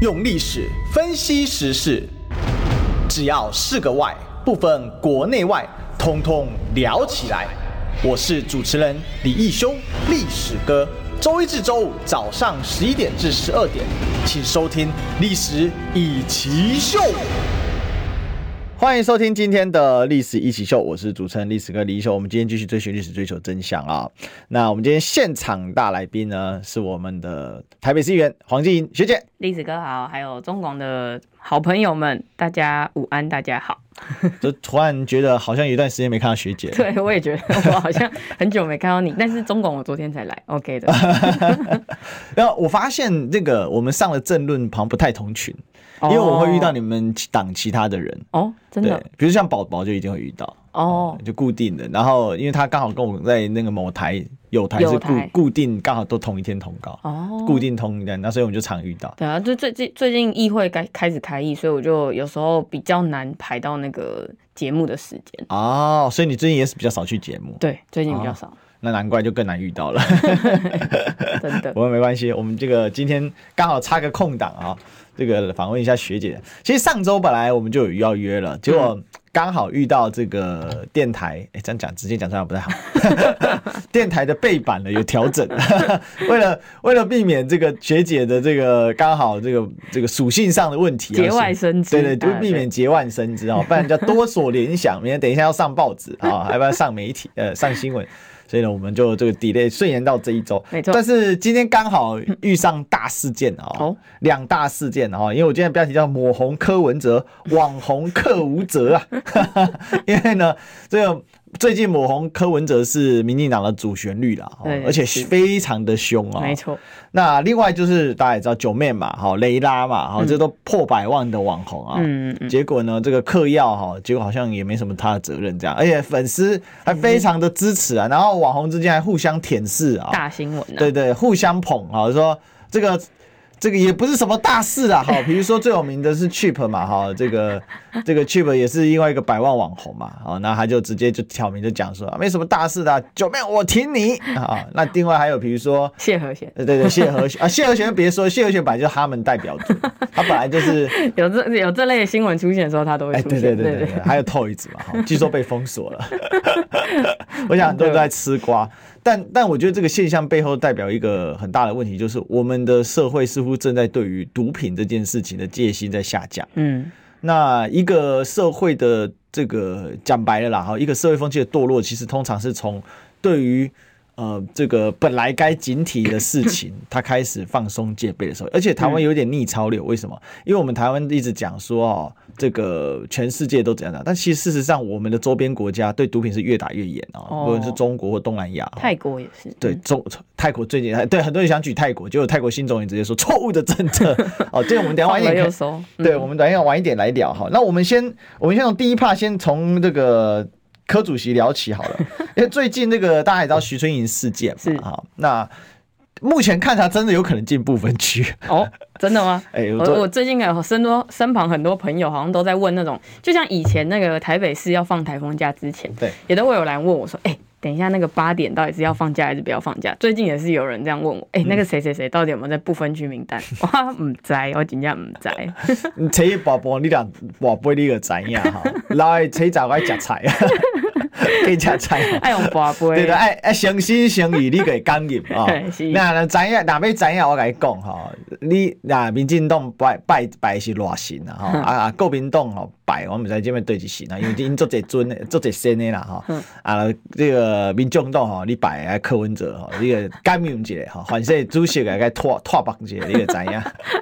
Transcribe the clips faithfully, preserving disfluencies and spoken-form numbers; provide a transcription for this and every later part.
用历史分析时事，只要是个“外”，不分国内外，通通聊起来。我是主持人李义修，历史哥。周一至周五早上十一点至十二点，请收听《历史一起秀》。欢迎收听今天的历史一起秀，我是主持人历史哥李义修。我们今天继续追寻历史，追求真相啊！那我们今天现场大来宾呢，是我们的台北市议员黄纪莹学姐。 历史哥好，还有中广的好朋友们，大家午安，大家好。 就突然觉得好像有一段时间没看到学姐。 对，我也觉得我好像很久没看到你，但是中广我昨天才来 ，OK 的。 然后我发现这个我们上了政论好像不太同群。因为我会遇到你们党其他的人哦，真的， 比如像宝宝就一定会遇到哦、嗯，就固定的。然后因为他刚好跟我在那个某台有台是固固定，刚好都同一天通告哦，固定通的，那所以我们就常遇到。 对啊，就最近最近议会开开始开议，所以我就有时候比较难排到那个节目的时间哦，所以你最近也是比较少去节目。 对，最近比较少。哦， 那难怪就更难遇到了。 真的， 不过没关系，我们这个今天刚好插个空档啊。这个访问一下学姐，其实上周本来我们就有要约了，结果刚好遇到这个电台，哎，这样讲直接讲出来不太好。电台的背板呢有调整，为了为了避免这个学姐的这个刚好这个这个属性上的问题， 节外生枝， 对对，就避免节外生枝啊，不然人家多所联想，明天等一下要上报纸啊，还要上媒体呃上新闻。所以呢，我们就这个 delay 顺延到这一周， 没错。 但是今天刚好遇上大事件啊，两、哦、大事件啊，因为我今天的标题叫"抹红柯文哲，网红克无责"啊，因为呢，这个最近抹红柯文哲是民进党的主旋律啦，而且非常的凶啊， 没错。 那另外就是大家也知道九妹嘛，哈，雷拉嘛，哈，这都破百万的网红啊，嗯嗯，结果呢，这个嗑药哈，结果好像也没什么他的责任这样，而且粉丝还非常的支持啊，然后网红之间还互相舔舐啊， 大新闻啊， 对对，互相捧啊，说这个。这个也不是什么大事啊，哈，比如说最有名的是 Chip 嘛，哈，这个这个 Chip 也是另外一个百万网红嘛，好，那他就直接就挑明就讲说，没什么大事的、啊，九妹我挺你啊。那另外还有比如说谢和弦， 对对，谢和弦啊，谢和弦别说，谢和弦本来就是他们代表作，他本来就是有这有这类的新闻出现的时候，他都会出现， 哎、对对对 对, 对, 对, 对，还有 Toys 嘛，据说被封锁了，我想很多人都在吃瓜。但但我觉得这个现象背后代表一个很大的问题，就是我们的社会似乎正在对于毒品这件事情的戒心在下降。嗯，那一个社会的这个讲白了啦，哈，一个社会风气的堕落，其实通常是从对于呃这个本来该警惕的事情，它开始放松戒备的时候。而且台湾有点逆潮流，为什么？因为我们台湾一直讲说哦。这个全世界都怎样打，但其实事实上，我们的周边国家对毒品是越打越严啊，哦、无论是中国或东南亚， 泰国也是。 对，中泰国最近对很多人想举泰国，结果泰国新总理直接说错误的政策。哦，这个我们等一下晚一点看，嗯、对，我们等一下晚一点来聊哈。那我们先，我们先从第一 part 先从这个柯主席聊起好了，因为最近这个大家也知道徐春莹事件嘛，哈，那。目前看他真的有可能进不分区哦，真的吗？哎、欸，我我最近有身多身旁很多朋友好像都在问那种，就像以前那个台北市要放台风假之前，对，也都会有人问我说，哎、欸，等一下那个八点到底是要放假还是不要放假？最近也是有人这样问我，哎、欸，那个谁谁谁到底有没有在不分区名单？我唔知，我真正唔知。 你初一跋晡，你俩跋杯你就知影哈，老的初一早爱食菜啊。可以吃菜， 爱用跋杯， 对的，爱爱诚心诚意，你可以感应啊。那那知影，哪要知影，我跟你讲哈，你那民进党拜拜拜是偌神啊，哈啊国民党吼拜，我唔知这边对一神啊，因为因做一尊的，做一仙的啦哈。啊，这个民众党吼，你拜啊柯文哲吼，你个感应一下哈，反正主席个该拓拓帮一下，你个知影。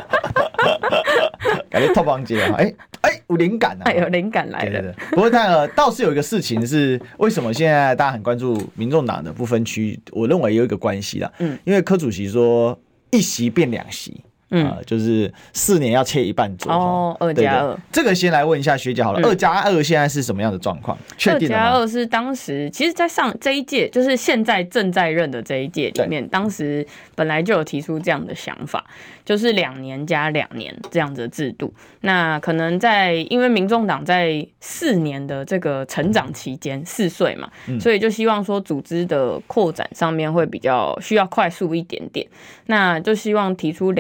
感觉拓帮一下，哎哎，有灵感啊， 有灵感来了。 对对对，不过那个倒是有一个事情是，为什么现在大家很关注民众党的不分区？我认为有一个关系啦，嗯，因为柯主席说一席变两席。嗯、呃，就是四年要切一半做哦，二加二。 这个先来问一下学姐好了，二加二现在是什么样的状况？确定了吗？ 二加二是当时，其实，在上这一届，就是现在正在任的这一届里面，当时本来就有提出这样的想法，就是两年加两年这样子的制度。那可能在因为民众党在四年的这个成长期间，四岁嘛、嗯，所以就希望说组织的扩展上面会比较需要快速一点点。那就希望提出两年加。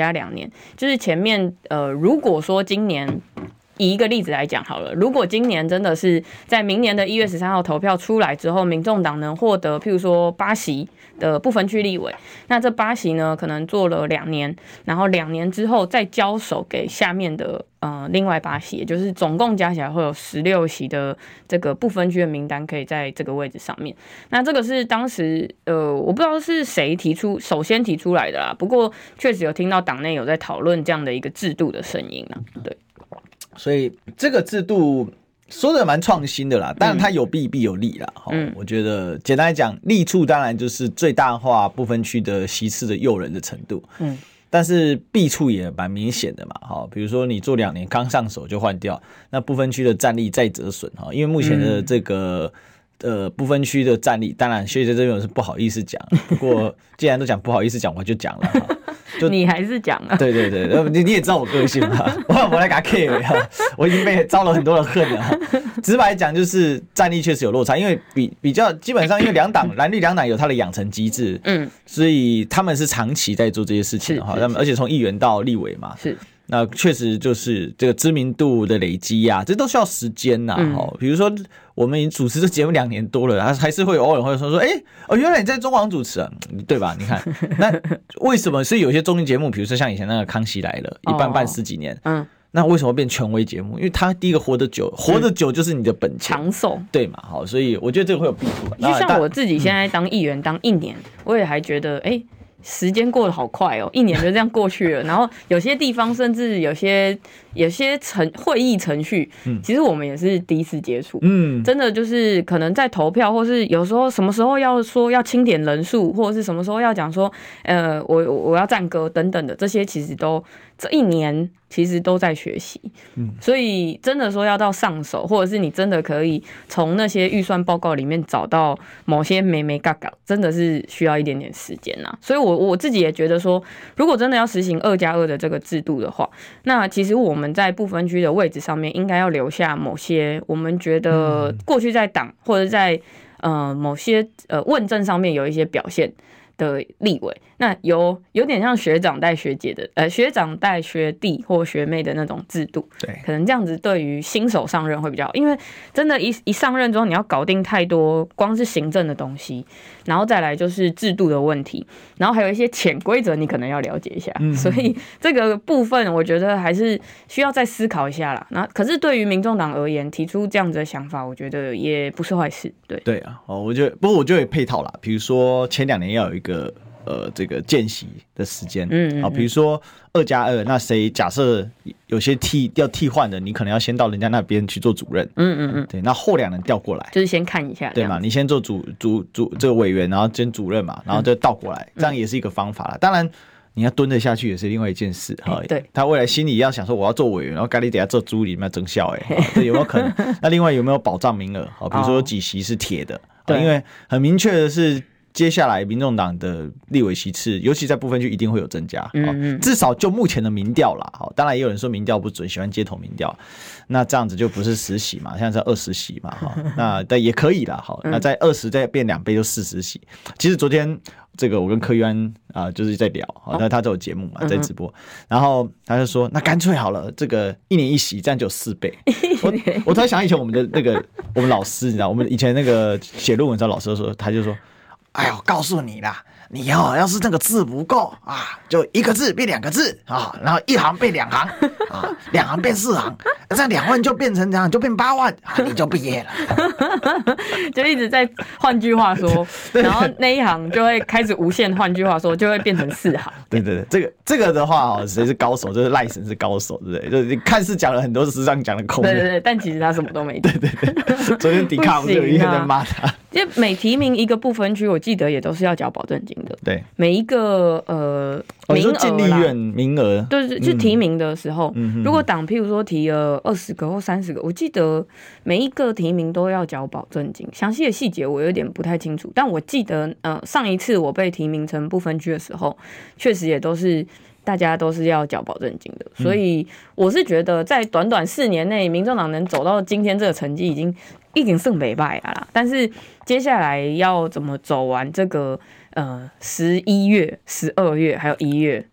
加两年，就是前面呃，如果说今年。以一个例子来讲好了，如果今年真的是在明年的一月十三号投票出来之后，民众党能获得譬如说八席的不分区立委，那这八席呢可能做了两年，然后两年之后再交手给下面的呃另外八席，也就是总共加起来会有十六席的这个不分区的名单可以在这个位置上面。那这个是当时呃我不知道是谁提出首先提出来的啦，不过确实有听到党内有在讨论这样的一个制度的声音啦，对。 所以这个制度说的蛮创新的啦，当然它有弊必有利啦。嗯，我觉得简单来讲，利处当然就是最大化不分区的席次的诱人的程度。嗯，但是弊处也蛮明显的嘛。哈，比如说你做两年刚上手就换掉，那不分区的战力再折损哈，因为目前的这个。呃，不分区的战力，当然学姐这边我是不好意思讲，不过既然都讲不好意思讲，我就讲了哈。就你还是讲啊？ 对对对，你你也知道我个性嘛，我我来给他 care 哈，我已经被招了很多的恨了。直白讲就是战力确实有落差，因为比比较基本上，因为两党蓝绿两党有它的养成机制，嗯，所以他们是长期在做这些事情的哈，而且从议员到立委嘛，是。那确实就是这个知名度的累积啊，这都需要时间呐、啊。嗯、比如说我们已经主持这节目两年多了，还是会偶尔会说说，哎、欸，哦，原来你在中广主持啊，对吧？你看，那为什么是有些综艺节目，比如说像以前那个《康熙来了》，一办办十几年，哦、嗯，那为什么变权威节目？因为他第一个活得久，活得久就是你的本钱， 长寿， 对嘛？好，所以我觉得这个会有弊处。 就像我自己现在当议员当一年，嗯、我也还觉得，哎、欸。时间过得好快哦，一年就这样过去了。然后有些地方甚至有些有些程会议程序，嗯，其实我们也是第一次接触，嗯，真的就是可能在投票，或是有时候什么时候要说要清点人数，或者是什么时候要讲说，呃，我我要赞歌等等的，这些其实都这一年其实都在学习，嗯，所以真的说要到上手，或者是你真的可以从那些预算报告里面找到某些眉眉角角，真的是需要一点点时间呐。所以我我自己也觉得说，如果真的要实行二加二的这个制度的话，那其实我们在不分区的位置上面应该要留下某些我们觉得过去在党或者在呃某些呃问政上面有一些表现的立委，那有有点像学长带学姐的，呃，学长带学弟或学妹的那种制度，对，可能这样子对于新手上任会比较好，因为真的一，一一上任之后，你要搞定太多，光是行政的东西，然后再来就是制度的问题，然后还有一些潜规则，你可能要了解一下，嗯、所以这个部分我觉得还是需要再思考一下啦。那可是对于民众党而言，提出这样子的想法，我觉得也不是坏事，对， 对啊，哦，我觉得，不过我觉得有配套啦，比如说前两年要有一个。呃，这个见习的时间，嗯，好，比如说二加二，那谁假设有些替要替换的，你可能要先到人家那边去做主任，嗯嗯嗯，对，那后两人调过来， 就是先看一下， 对嘛？你先做主主主这个委员，然后兼主任嘛，然后再倒过来，这样也是一个方法啦。当然，你要蹲得下去也是另外一件事哈。对，他未来心里要想说我要做委员，然后该你等下做助理，有没有增效？哎，这有没有可能？那另外有没有保障名额？好，比如说有几席是铁的，对，因为很明确的是。接下来民众党的立委席次，尤其在不分区一定会有增加，嗯嗯，至少就目前的民调啦，好，当然也有人说民调不准，喜欢街头民调，那这样子就不是十席嘛，现在是二十席嘛，哈，那但也可以啦，好，那在二十再变两倍就四十席。其实昨天这个我跟柯玉安啊、呃、就是在聊，好，那他都有节目嘛，在直播，然后他就说，那干脆好了，这个一年一席，这样就有四倍。我我突然想以前我们的那个我们老师，你知道，我们以前那个写论文的时候，老师说，他就说。哎呦，告诉你啦，你哦，要是那个字不够啊，就一个字变两个字啊，然后一行变两行啊，两行变四行，这样两万就变成这样，就变八万啊，你就毕业了。 就一直在换句话说，然后那一行就会开始无限换句话说，就会变成四行。 对对对，这个这个的话哦，谁是高手？就是赖神是高手，对不对？就是你看似讲了很多，实际上讲了空。 对对对，但其实他什么都没讲。 对对对，昨天迪卡我就有一个人在骂他。 因为每提名一个不分区，我记得也都是要缴保证金的。 对， 每一个呃名额啦， 净利院名额， 对，就提名的时候，嗯、如果党譬如说提了二十个或三十个，我记得每一个提名都要缴保证金。详细的细节我有点不太清楚，但我记得呃上一次我被提名成不分区的时候，确实也都是。大家都是要缴保证金的，所以我是觉得在短短四年内，民众党能走到今天这个成绩，已经已经算不错啦。但是接下来要怎么走完这个呃十一月、十二月还有一月，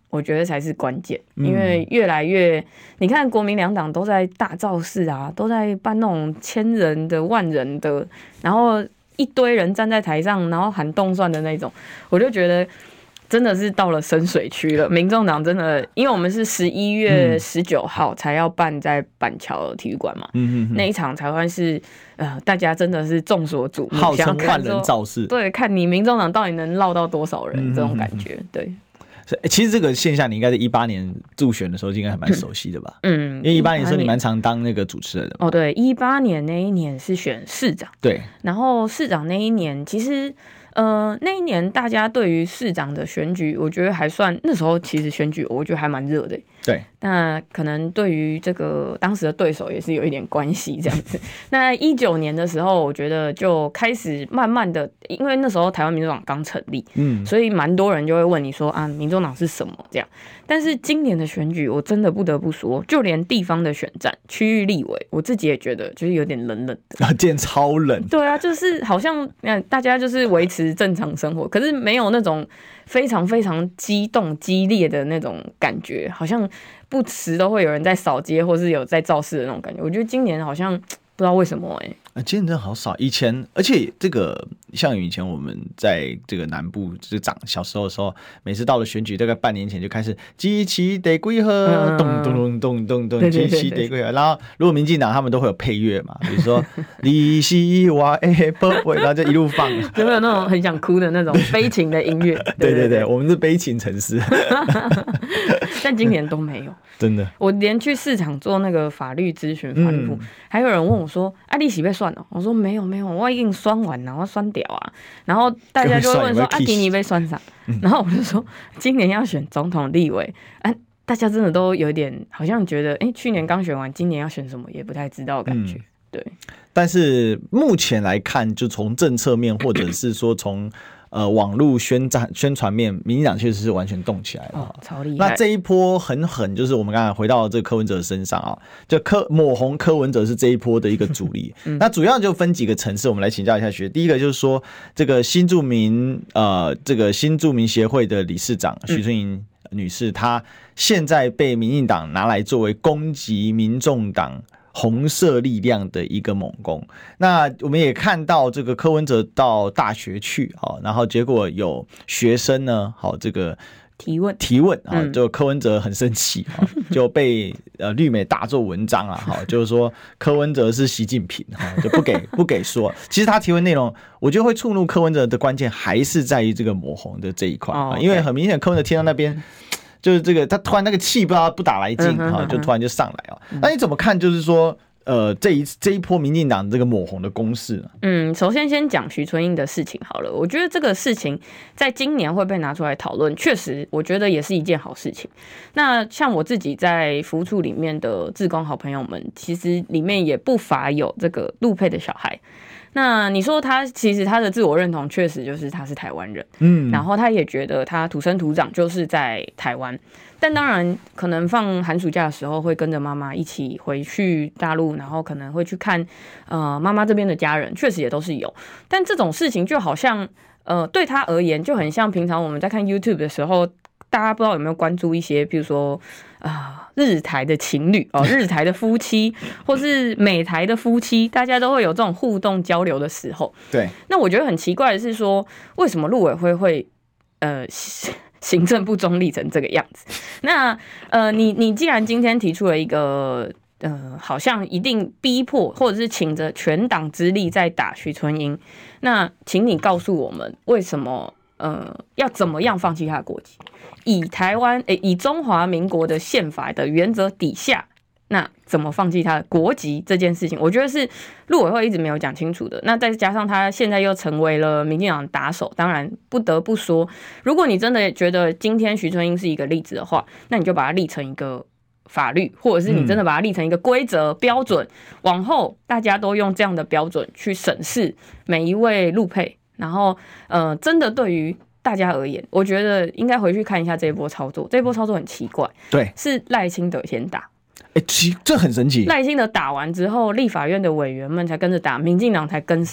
我觉得才是关键，因为越来越，你看国民两党都在大造势啊，都在办那种千人的、万人的，然后一堆人站在台上，然后喊动算的那种，我就觉得真的是到了深水区了。民众党真的，因为我们是十一月十九号才要办在板桥体育馆嘛，嗯嗯，那一场才会是呃，大家真的是众所瞩目， 号称万人造势， 对，看你民众党到底能绕到多少人，这种感觉，对。 其实这个现象你应该在一八年助选的时候应该还蛮熟悉的吧？嗯，因为一八年的时候你蛮常当那个主持人的。 哦，对，一八年那一年是选市长， 对， 然后市长那一年其实。呃，那一年大家对于市长的选举，我觉得还算那时候其实选举，我觉得还蛮热的。 对， 那可能对于这个当时的对手也是有一点关系这样子。那一九年的时候，我觉得就开始慢慢的，因为那时候台湾民众党刚成立，嗯，所以蛮多人就会问你说啊，民众党是什么这样。但是今年的选举，我真的不得不说，就连地方的选战、区域立委，我自己也觉得就是有点冷冷的， 啊，见超冷。 对啊，就是好像大家就是维持正常生活，可是没有那种非常非常激动、激烈的那种感觉，好像不时都会有人在扫街，或是有在造势的那种感觉。我觉得今年好像不知道为什么哎、欸。 啊，今年真的好少。以前，而且这个像以前我们在这个南部就是长小时候的时候，每次到了选举，大概半年前就开始机器得归喝，咚咚咚咚咚咚，机器得归喝。然后如果民进党他们都会有配乐嘛，比如说你是我的宝贝，然后就一路放， 就会有那种很想哭的那种悲情的音乐。 对对对，我们是悲情城市， 但今年都没有。 真的， 我连去市场做那个法律咨询、法律部、嗯，还有人问我说：“啊，利息被算了？”我说：“没有，没有，我已经算完了，我算掉啊。”然后大家就会问说：“啊，今年被算啥？”然后我就说：“今年要选总统、立委。”啊，大家真的都有点好像觉得，哎、欸，去年刚选完，今年要选什么也不太知道的感觉、嗯。对，但是目前来看，就从政策面，或者是说从呃，网络宣战宣传面，民进党确实是完全动起来了、 哦，超厉害。 那这一波很狠，就是我们刚才回到这个柯文哲身上啊，就柯抹红柯文哲是这一波的一个主力。嗯、那主要就分几个层次，我们来请教一下学。第一个就是说，这个新住民呃，这个新住民协会的理事长徐春莹女士，她现在被民进党拿来作为攻击民众党红色力量的一个猛攻。那我们也看到这个柯文哲到大学去，然后结果有学生呢，好这个提问提问啊，就柯文哲很生气，就被呃绿媒大做文章啊，就是说柯文哲是习近平，就不给不给说。其实他提问内容，我觉得会触怒柯文哲的关键还是在于这个抹红的这一块、哦 okay. 因为很明显柯文哲听到那边。就是这个，他突然那个气不知道不打来劲哈、嗯，就突然就上来哦。那、嗯、你怎么看？就是说，呃，这一这一波民进党这个抹红的攻势呢？ 嗯，首先先讲徐春英的事情好了。我觉得这个事情在今年会被拿出来讨论，确实我觉得也是一件好事情。那像我自己在服务处里面的志工好朋友们，其实里面也不乏有这个陆配的小孩。那你说他其实他的自我认同确实就是他是台湾人，嗯，然后他也觉得他土生土长就是在台湾，但当然可能放寒暑假的时候会跟着妈妈一起回去大陆，然后可能会去看呃妈妈这边的家人，确实也都是有。但这种事情就好像呃对他而言就很像平常我们在看 YouTube 的时候，大家不知道有没有关注一些，比如说啊。呃日台的情侣哦，日台的夫妻，或是美台的夫妻，大家都会有这种互动交流的时候。 对， 那我觉得很奇怪的是说，为什么陆委会会呃行政不中立成这个样子？那呃，你你既然今天提出了一个呃，好像一定逼迫或者是请着全党之力在打徐春英，那请你告诉我们为什么？呃，要怎么样放弃他的国籍？以台湾诶，以中华民国的宪法的原则底下，那怎么放弃他的国籍这件事情，我觉得是陆委会一直没有讲清楚的。那再加上他现在又成为了民进党打手，当然不得不说，如果你真的觉得今天徐春英是一个例子的话，那你就把它立成一个法律，或者是你真的把它立成一个规则标准，往后大家都用这样的标准去审视每一位陆配。然后，呃，真的对于大家而言，我觉得应该回去看一下这一波操作。这一波操作很奇怪， 对， 是赖清德先打， 哎，奇，这很神奇。 赖清德打完之后，立法院的委员们才跟着打，民进党才跟上。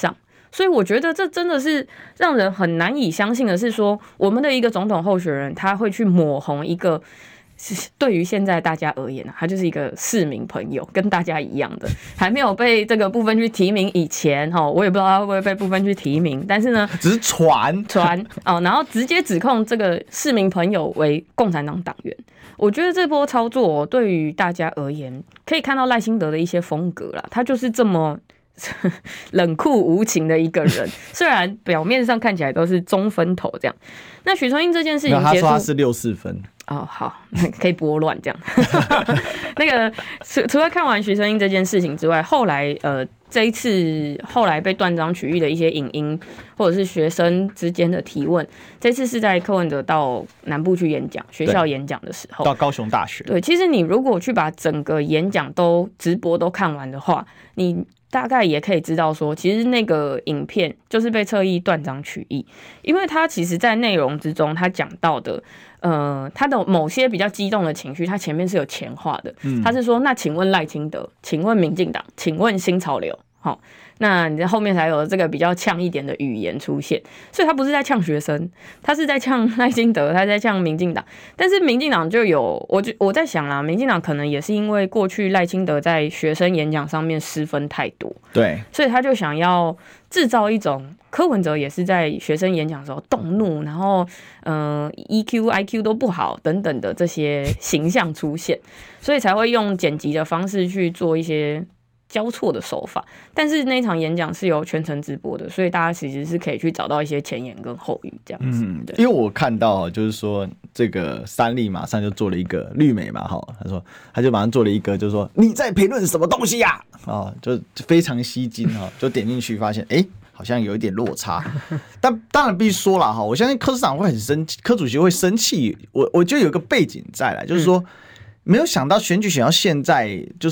所以我觉得这真的是让人很难以相信的是说，我们的一个总统候选人他会去抹红一个对于现在大家而言、啊、他就是一个市民朋友，跟大家一样的，还没有被这个部分去提名以前，我也不知道他会不会被部分去提名，但是呢， 只是传传、哦、然后直接指控这个市民朋友为共产党党员。我觉得这波操作、哦、对于大家而言，可以看到赖清德的一些风格啦，他就是这么冷酷无情的一个人，虽然表面上看起来都是中分头这样。那许春英这件事情结束， 他说他是六四分。 哦，好，可以拨乱这样。那个除除了看完徐春英这件事情之外，后来呃这一次后来被断章取义的一些影音，或者是学生之间的提问，这次是在柯文哲到南部去演讲，学校演讲的时候， 到高雄大学。 对，其实你如果去把整个演讲都直播都看完的话，你大概也可以知道说，其实那个影片就是被侧意断章取义，因为他其实在内容之中，他讲到的，呃，他的某些比较激动的情绪，他前面是有前话的，嗯、他是说，那请问赖清德，请问民进党，请问新潮流，好。那你在后面才有这个比较呛一点的语言出现，所以他不是在呛学生，他是在呛赖清德，他在呛民进党。但是民进党就有，我就我在想啦，民进党可能也是因为过去赖清德在学生演讲上面失分太多， 对， 所以他就想要制造一种柯文哲也是在学生演讲的时候动怒，然后嗯、呃、E Q、I Q 都不好等等的这些形象出现，所以才会用剪辑的方式去做一些交错的手法，但是那场演讲是由全程直播的，所以大家其实是可以去找到一些前言跟后语这样子。 嗯，因为我看到就是说，这个三立马上就做了一个绿媒嘛，哈，他说他就马上做了一个，就是说你在评论什么东西呀、啊？哦，就非常吸睛哈，就点进去发现，哎、欸，好像有一点落差。但当然必须说了哈，我相信柯市长会很生气，柯主席会生气。我我觉得有一个背景在啦，就是说、嗯、没有想到选举选到现在就是。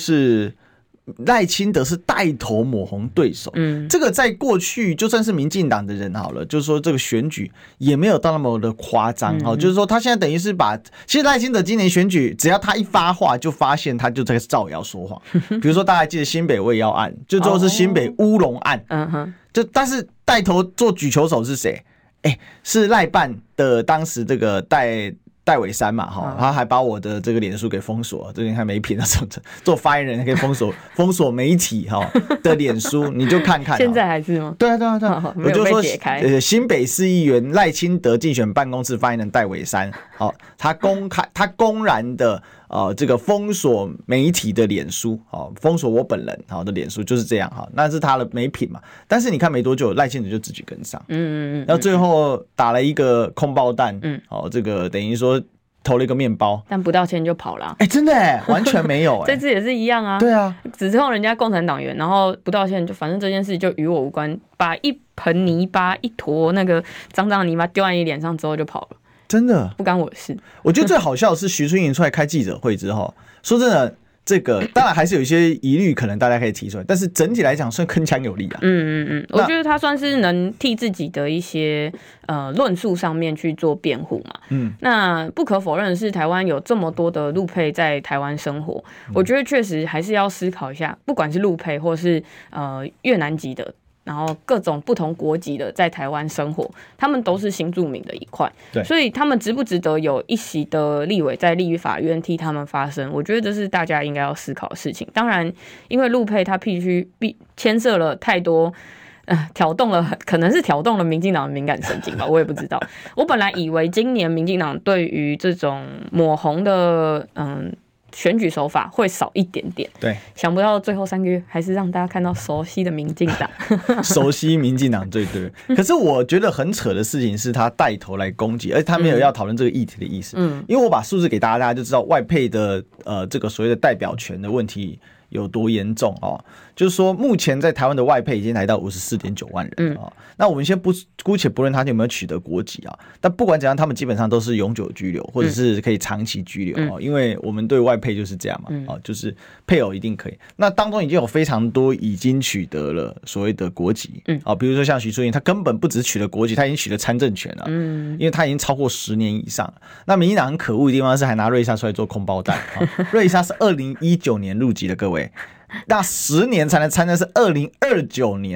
赖清德是带头抹红对手，嗯，这个在过去就算是民进党的人好了，就是说这个选举也没有到那么的夸张，嗯，就是说他现在等于是把，其实赖清德今年选举，只要他一发话，就发现他就在造谣说谎。比如说大家记得新北卫药案，就最后是新北乌龙案，嗯哼，就但是带头做举球手是谁？哎、欸，是赖办的当时这个戴。戴伟山嘛，哈，他还把我的这个脸书给封锁，这个你看没品的，做发言人可以封锁封锁媒体哈的脸书，你就看看。 现在还是吗？ 对啊，对啊，对啊，我就说，呃，新北市议员赖清德竞选办公室发言人戴伟山，好，他公开，他公然的呃这个封锁媒体的脸书，好，封锁我本人好的脸书就是这样哈，那是他的没品嘛。但是你看没多久，赖清德就自己跟上，嗯嗯嗯，然后最后打了一个空包弹，嗯，好，这个等于说。投了一个面包， 但不到签就跑了。 哎、欸，真的哎，完全没有哎。 这次也是一样啊。 对啊， 指控人家共产党员，然后不道歉，就反正这件事就与我无关，把一盆泥巴、一坨那个脏脏的泥巴丢在你脸上之后就跑了。 真的不干我的事。 我觉得最好笑的是徐春莹出来开记者会之后，说真的。这个当然还是有一些疑虑，可能大家可以提出来，但是整体来讲算铿锵有力啊。 嗯嗯嗯，我觉得他算是能替自己的一些呃论述上面去做辩护嘛。嗯，那不可否认的是，台湾有这么多的陆配在台湾生活，嗯、我觉得确实还是要思考一下，不管是陆配或是呃越南籍的。然后各种不同国籍的在台湾生活，他们都是新住民的一块，对，所以他们值不值得有一席的立委在立法院替他们发声？我觉得这是大家应该要思考的事情。当然，因为陆配他必须必牵涉了太多，呃，挑动了可能是挑动了民进党的敏感神经吧，我也不知道。我本来以为今年民进党对于这种抹红的，嗯。选举手法会少一点点， 对， 想不到最后三个月还是让大家看到熟悉的民进党， 熟悉民进党最对。可是我觉得很扯的事情是他带头来攻击，而且他没有要讨论这个议题的意思。嗯，因为我把数字给大家，大家就知道外配的呃这个所谓的代表权的问题有多严重哦。就是说，目前在台湾的外配已经来到五十四点九万人、嗯哦、那我们先不姑且不论他有没有取得国籍啊，但不管怎样，他们基本上都是永久居留，或者是可以长期居留、嗯哦、因为我们对外配就是这样嘛、嗯哦，就是配偶一定可以。那当中已经有非常多已经取得了所谓的国籍，嗯，啊、哦，比如说像徐春莹，他根本不只取得国籍，他已经取得参政权了，嗯，因为他已经超过十年以上了。那民进党很可恶的地方是还拿瑞莎出来做空包弹，哦、瑞莎是二零一九年入籍的，各位。那十年才能参政是二零二九年，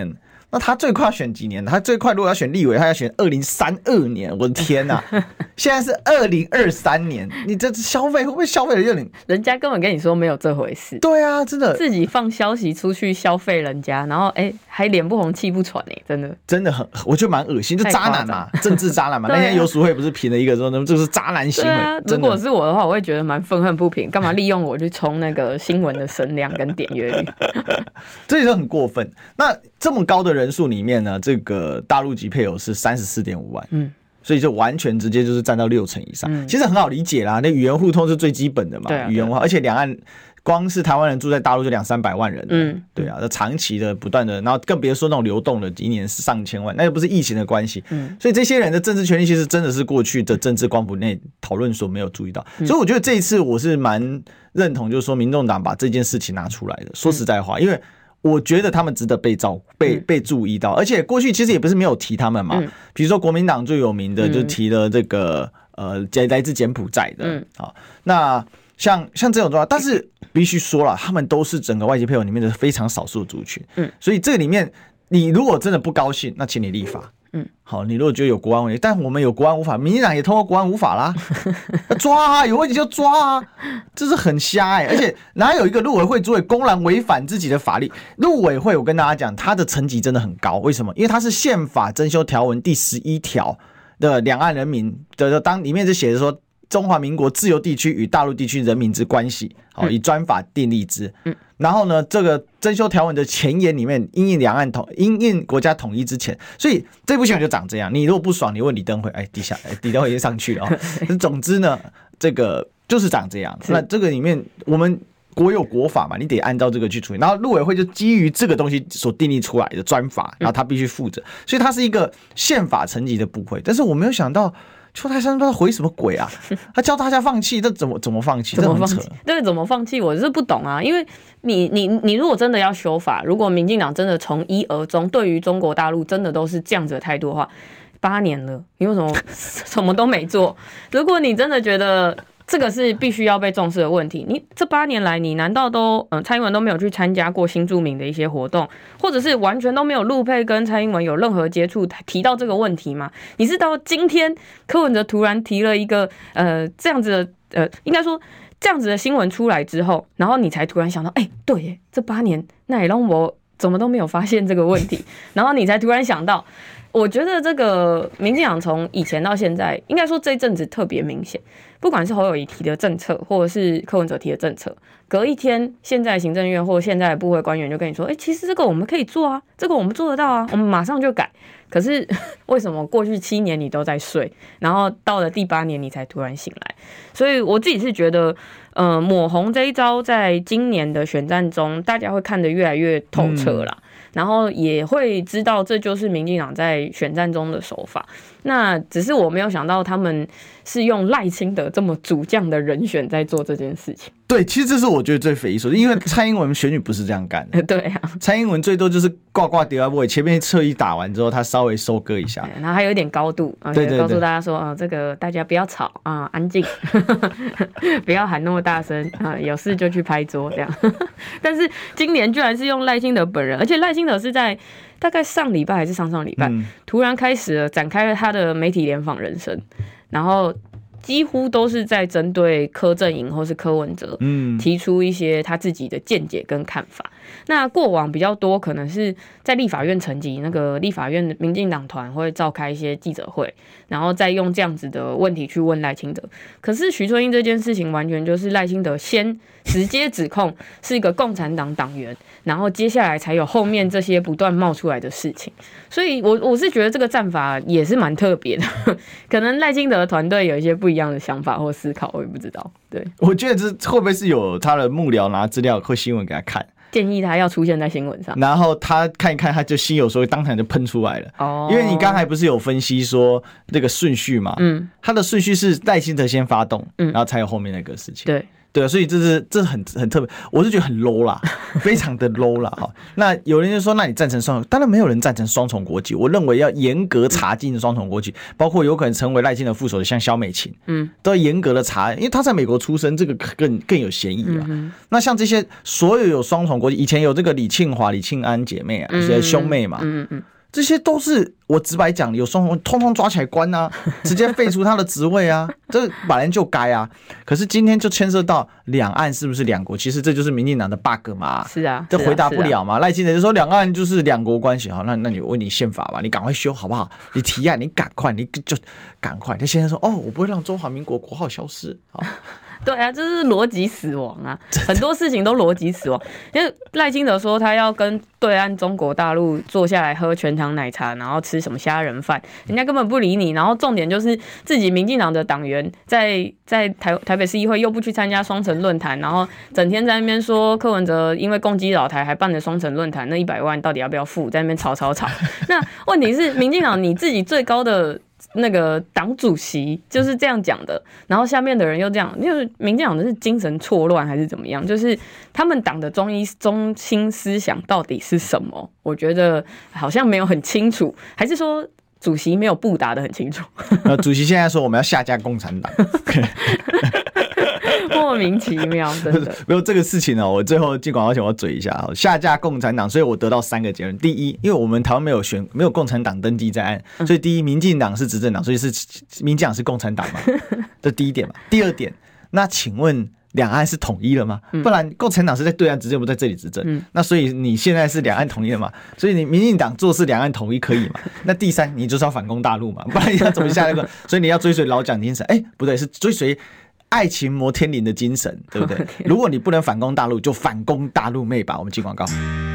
那他最快要选几年？他最快如果要选立委，他要选二零三二年。我的天哪、啊！现在是二零二三年，你这消费会不会消费的有点？ 人家根本跟你说没有这回事。 对啊，真的自己放消息出去消费人家，然后哎、欸、还脸不红气不喘哎、欸，真的真的很，我觉得蛮恶心，就渣男嘛，政治渣男嘛。啊、那天游淑慧不是评了一个说，这是渣男行为。 对啊，如果是我的话，我会觉得蛮愤恨不平，干嘛利用我去冲那个新闻的声量跟点阅率？ 这就很过分。那这么高的人数里面呢，这个大陆籍配偶是三十四点五万，嗯，所以就完全直接就是占到六成以上。嗯、其实很好理解啦，那语言互通是最基本的嘛， 啊、 语言化，而且两岸光是台湾人住在大陆就两三百万人，嗯，对啊，长期的不断的，然后更别说那种流动的，一年是上千万，那又不是疫情的关系，嗯，所以这些人的政治权利其实真的是过去的政治光谱内讨论所没有注意到，嗯、所以我觉得这一次我是蛮认同，就是说民众党把这件事情拿出来的。说实在话，嗯、因为我觉得他们值得被照被被注意到，而且过去其实也不是没有提他们嘛，嗯、比如说国民党最有名的就提了这个、嗯、呃来自柬埔寨的，嗯，好，那像像这种状况，但是必须说了，他们都是整个外籍配偶里面的非常少数族群，嗯，所以这里面你如果真的不高兴，那请你立法。嗯，好，你如果觉得有国安问题，但我们有国安无法，民进党也通过国安无法啦，抓啊，有问题就抓啊，这是很瞎哎、欸！而且哪有一个陆委会主委公然违反自己的法律？陆委会我跟大家讲，它的层级真的很高，为什么？因为它是宪法增修条文第十一条的两岸人民的当里面就写着说。中华民国自由地区与大陆地区人民之关系，好，以专法订立之。嗯，然后呢，这个增修条文的前言里面，因应两岸统，因应国家统一之前，所以这部新闻就长这样。你如果不爽，你问李登辉，哎，底下，哎，李登辉已经上去了哦。总之呢，这个就是长这样。那这个里面，我们国有国法嘛，你得按照这个去处理。然后陆委会就基于这个东西所订立出来的专法，然后他必须负责，所以它是一个宪法层级的部会。但是我没有想到。邱泰山不知道回什么鬼啊！他教大家放弃，这怎么怎么放弃？ 怎么放弃？对，怎么放弃？我是不懂啊。因为你你你如果真的要修法，如果民进党真的从一而终，对于中国大陆真的都是这样子的态度的话，八年了，你为什么什么都没做？如果你真的觉得这个是必须要被重视的问题，你这八年来，你难道都嗯蔡英文都没有去参加过新住民的一些活动，或者是完全都没有陆配跟蔡英文有任何接触，提到这个问题吗？你是到今天柯文哲突然提了一个呃这样子的呃，应该说这样子的新闻出来之后，然后你才突然想到，哎、欸，对耶，这八年那也让我怎么都没有发现这个问题，然后你才突然想到。我觉得这个民进党从以前到现在，应该说这一阵子特别明显，不管是侯友宜提的政策，或者是柯文哲提的政策，隔一天，现在行政院或现在的部会官员就跟你说，哎、欸，其实这个我们可以做啊，这个我们做得到啊，我们马上就改。可是为什么过去七年你都在睡，然后到了第八年你才突然醒来？所以我自己是觉得，呃，抹红这一招在今年的选战中，大家会看得越来越透彻啦。嗯，然后也会知道这就是民进党在选战中的手法。那只是我没有想到他们是用赖清德这么主将的人选在做这件事情。 对，其实这是我觉得最匪夷所思，因为蔡英文选举不是这样干的。 对啊， 蔡英文最多就是挂挂丢啊，前面侧翼打完之后，他稍微收割一下， 然后还有一点高度， 对对对， 告诉大家说啊、呃，这个大家不要吵啊、呃，安静，不要喊那么大声啊、呃，有事就去拍桌这样。但是今年居然是用赖清德本人，而且赖清德是在大概上礼拜还是上上礼拜、嗯，突然开始了展开了他的媒体联访人生，然后。几乎都是在针对柯阵营或是柯文哲提出一些他自己的见解跟看法。那过往比较多可能是在立法院层级，那个立法院的民进党团会召开一些记者会，然后再用这样子的问题去问赖清德。可是徐春英这件事情完全就是赖清德先直接指控是一个共产党党员，然后接下来才有后面这些不断冒出来的事情。所以我我是觉得这个战法也是蛮特别的，可能赖清德的团队有一些不一样的想法或思考，我也不知道。对， 我觉得这会不会是有他的幕僚拿资料或新闻给他看， 建议他要出现在新闻上， 然后他看一看，他就心有所当场就喷出来了。哦，因为你刚才不是有分析说这个顺序嘛？嗯，他的顺序是赖清德先发动，嗯，然后才有后面那个事情。 对。 对啊，所以这是这是很很特别，我是觉得很 low 啦，非常的 low 啦哈。那有人就说，那你赞成双重？当然没有人赞成双重国籍。我认为要严格查禁双重国籍，包括有可能成为赖清德副手的像萧美琴，嗯，都要严格的查，因为他在美国出生，这个更更有嫌疑啊。嗯、那像这些所有有双重国籍，以前有这个李庆华、李庆安姐妹啊，这些兄妹嘛，嗯嗯。这些都是我直白讲，有双重，通通抓起来关啊，直接废除他的职位啊，这本来就该啊。可是今天就牵涉到两岸是不是两国，其实这就是民进党的 bug 嘛。 是啊， 这回答不了嘛。赖清德就说两岸就是两国关系，好，那那你问你宪法吧，你赶快修好不好？你提案，你赶快，你就赶快。他现在说哦，我不会让中华民国国号消失，好。 对啊，这是逻辑死亡啊！很多事情都逻辑死亡。因为赖清德说他要跟对岸中国大陆坐下来喝全糖奶茶，然后吃什么虾仁饭，人家根本不理你。然后重点就是自己民进党的党员在在台台北市议会又不去参加双城论坛，然后整天在那边说柯文哲因为攻击老台还办了双城论坛，那一百万到底要不要付？在那边吵吵吵。那问题是民进党你自己最高的那个党主席就是这样讲的，然后下面的人又这样，因为民进党的是精神错乱还是怎么样？就是他们党的中医中心思想到底是什么？我觉得好像没有很清楚，还是说主席没有布达的很清楚？ 主席现在说我们要下架共产党。 莫名其妙，真的没有这个事情呢、喔。我最后进广告前我要嘴一下，下架共产党，所以我得到三个结论。第一，因为我们台湾没有选，没有共产党登记在案，所以第一，民进党是执政党，所以是民进党是共产党嘛，这第一点嘛。第二点，那请问两岸是统一了吗？不然共产党是在对岸执政，不在这里执政。嗯、那所以你现在是两岸统一了嘛？所以你民进党做事两岸统一可以嘛？那第三，你就是要反攻大陆嘛？不然你要怎么下那个？所以你要追随老蒋精神，哎、欸，不对，是追随爱情摩天轮的精神，对不对？如果你不能反攻大陆，就反攻大陆妹吧。我们进广告。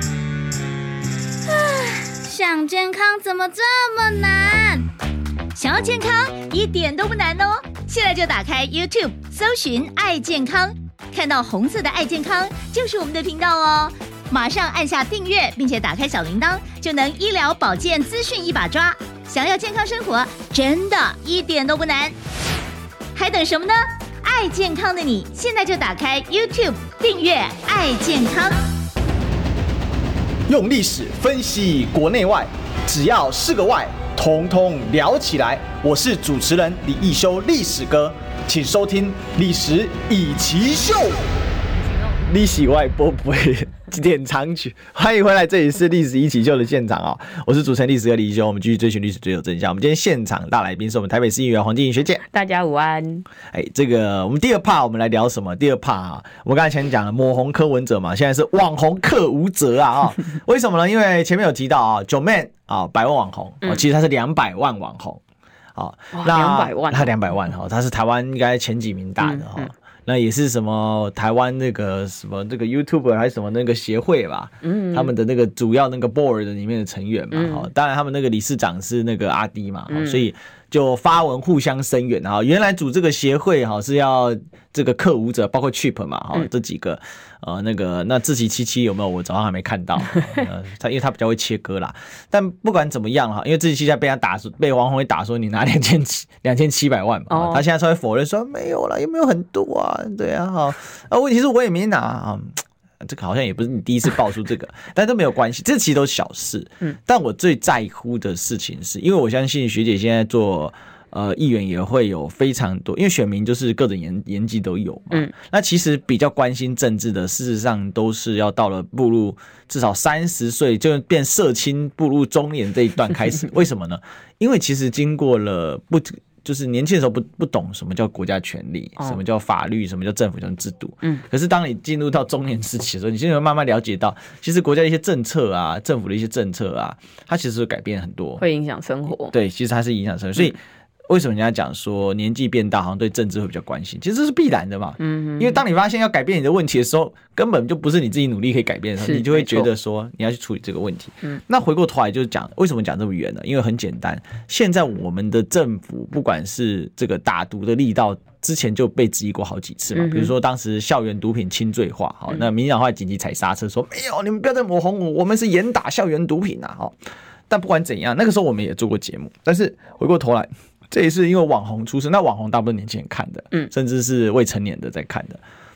想健康怎么这么难？想要健康一点都不难哦！现在就打开 YouTube 搜寻爱健康，看到红色的爱健康就是我们的频道哦。马上按下订阅，并且打开小铃铛，就能医疗保健资讯一把抓。想要健康生活，真的一点都不难，还等什么呢？爱健康的你，现在就打开 YouTube 订阅爱健康。 用历史分析国内外，只要是个外，统统聊起来。我是主持人李义修，历史哥，请收听《历史以奇秀》。历史外播不会典藏曲，欢迎回来，这里是《历史一起秀》的现场啊、哦！我是主持人历史哥李义修，我们继续追寻历史，追求真相。我们今天现场大来宾是我们台北市议员黄金颖学姐， 大家午安。 哎，这个我们第二 part 我们来聊什么？第二 part 啊，我们刚才前讲了抹红柯文哲嘛，现在是网红柯吴哲啊啊、哦！为什么呢？因为前面有提到啊 ，Joeman 啊，百万网红、嗯、其实他是两百万网红啊， 那两百万， 他两百万哈，他是台湾应该前几名大的哈。嗯嗯那也是什么台湾那个什么这个 YouTuber 还是什么那个协会吧，嗯，他们的那个主要那个 board 里面的成员嘛，嗯、当然他们那个理事长是那个阿滴嘛，嗯、所以就发文互相声援啊。原来组这个协会哈是要这个克武者，包括 Chip 嘛，哈、嗯、这几个呃那个那志祺七七有没有？我早上还没看到，呃、他因为他比较会切割啦。但不管怎么样哈，因为志祺七七被他打被王宏伟打说你拿两千七两千七百万嘛，哦、他现在稍微否认说没有啦，有没有很多啊？对啊，好啊，问题是我也没拿啊。这个好像也不是你第一次爆出这个，但都没有关系，这其实都是小事。嗯，但我最在乎的事情是，因为我相信学姐现在做呃议员也会有非常多，因为选民就是各种年年纪都有嘛。嗯，那其实比较关心政治的，事实上都是要到了步入至少三十岁就变社青步入中年这一段开始。为什么呢？因为其实经过了不。就是年轻的时候不不懂什么叫国家权力，哦、什么叫法律，什么叫政府什么制度。嗯，可是当你进入到中年时期的时候，你现在会慢慢了解到，其实国家的一些政策啊，政府的一些政策啊，它其实会改变很多， 会影响生活。 对，其实它是影响生活，所以。嗯为什么人家讲说年纪变大好像对政治会比较关心？其实这是必然的嘛。嗯，因为当你发现要改变你的问题的时候，根本就不是你自己努力可以改变的时候，你就会觉得说你要去处理这个问题。嗯，那回过头来就是讲为什么讲这么远呢？因为很简单，现在我们的政府不管是这个打毒的力道，之前就被质疑过好几次嘛。比如说当时校园毒品轻罪化，好，那民进党后来紧急踩刹车说没有，你们不要再抹红我，我们是严打校园毒品啊。好，但不管怎样，那个时候我们也做过节目，但是回过头来。这也是因为网红出身，那网红大部分年轻人看的，嗯，甚至是未成年的在看的。